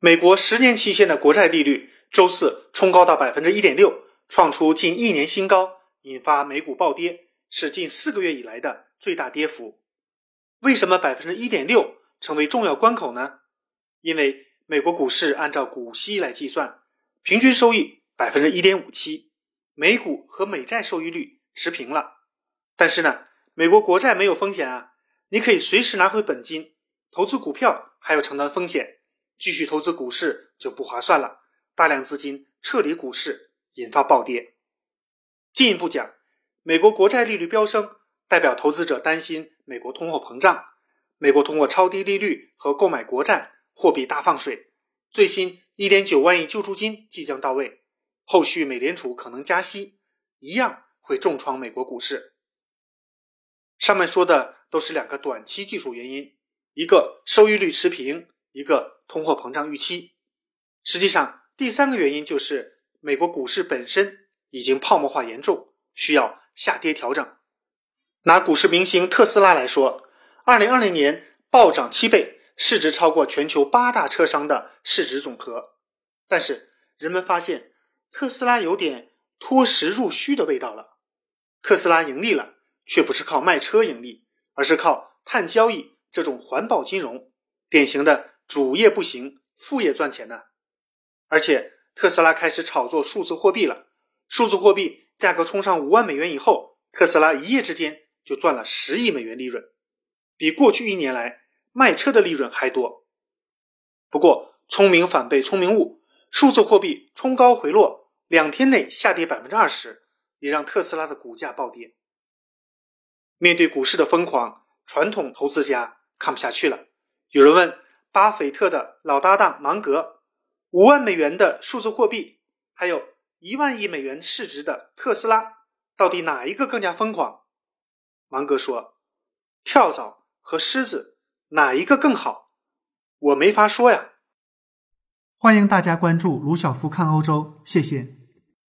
美国10年期限的国债利率周四冲高到 1.6%， 创出近1年新高，引发美股暴跌，是近4个月以来的最大跌幅。为什么 1.6% 成为重要关口呢？因为美国股市按照股息来计算，平均收益 1.57%， 美股和美债收益率持平了。但是呢，美国国债没有风险啊，你可以随时拿回本金，投资股票还要承担风险，继续投资股市就不划算了，大量资金撤离股市，引发暴跌。进一步讲，美国国债利率飙升，代表投资者担心美国通货膨胀，美国通过超低利率和购买国债，货币大放水，最新 1.9 万亿救助金即将到位，后续美联储可能加息，一样会重创美国股市。上面说的都是2个短期技术原因，一个收益率持平，一个通货膨胀预期。实际上第3个原因就是美国股市本身已经泡沫化严重，需要下跌调整。拿股市明星特斯拉来说，2020年暴涨7倍，市值超过全球8大车商的市值总和。但是人们发现特斯拉有点脱实入虚的味道了。特斯拉盈利了，却不是靠卖车盈利，而是靠碳交易这种环保金融，典型的主业不行，副业赚钱呢。而且特斯拉开始炒作数字货币了，数字货币价格冲上5万美元以后，特斯拉一夜之间就赚了10亿美元利润，比过去1年来卖车的利润还多。不过聪明反被聪明误，数字货币冲高回落，2天内下跌 20%， 也让特斯拉的股价暴跌。面对股市的疯狂，传统投资家看不下去了。有人问巴菲特的老搭档芒格，5万美元的数字货币，还有1万亿美元市值的特斯拉，到底哪一个更加疯狂？芒格说，跳蚤和狮子哪一个更好？我没法说呀。 欢迎大家关注卢晓夫看欧洲，谢谢。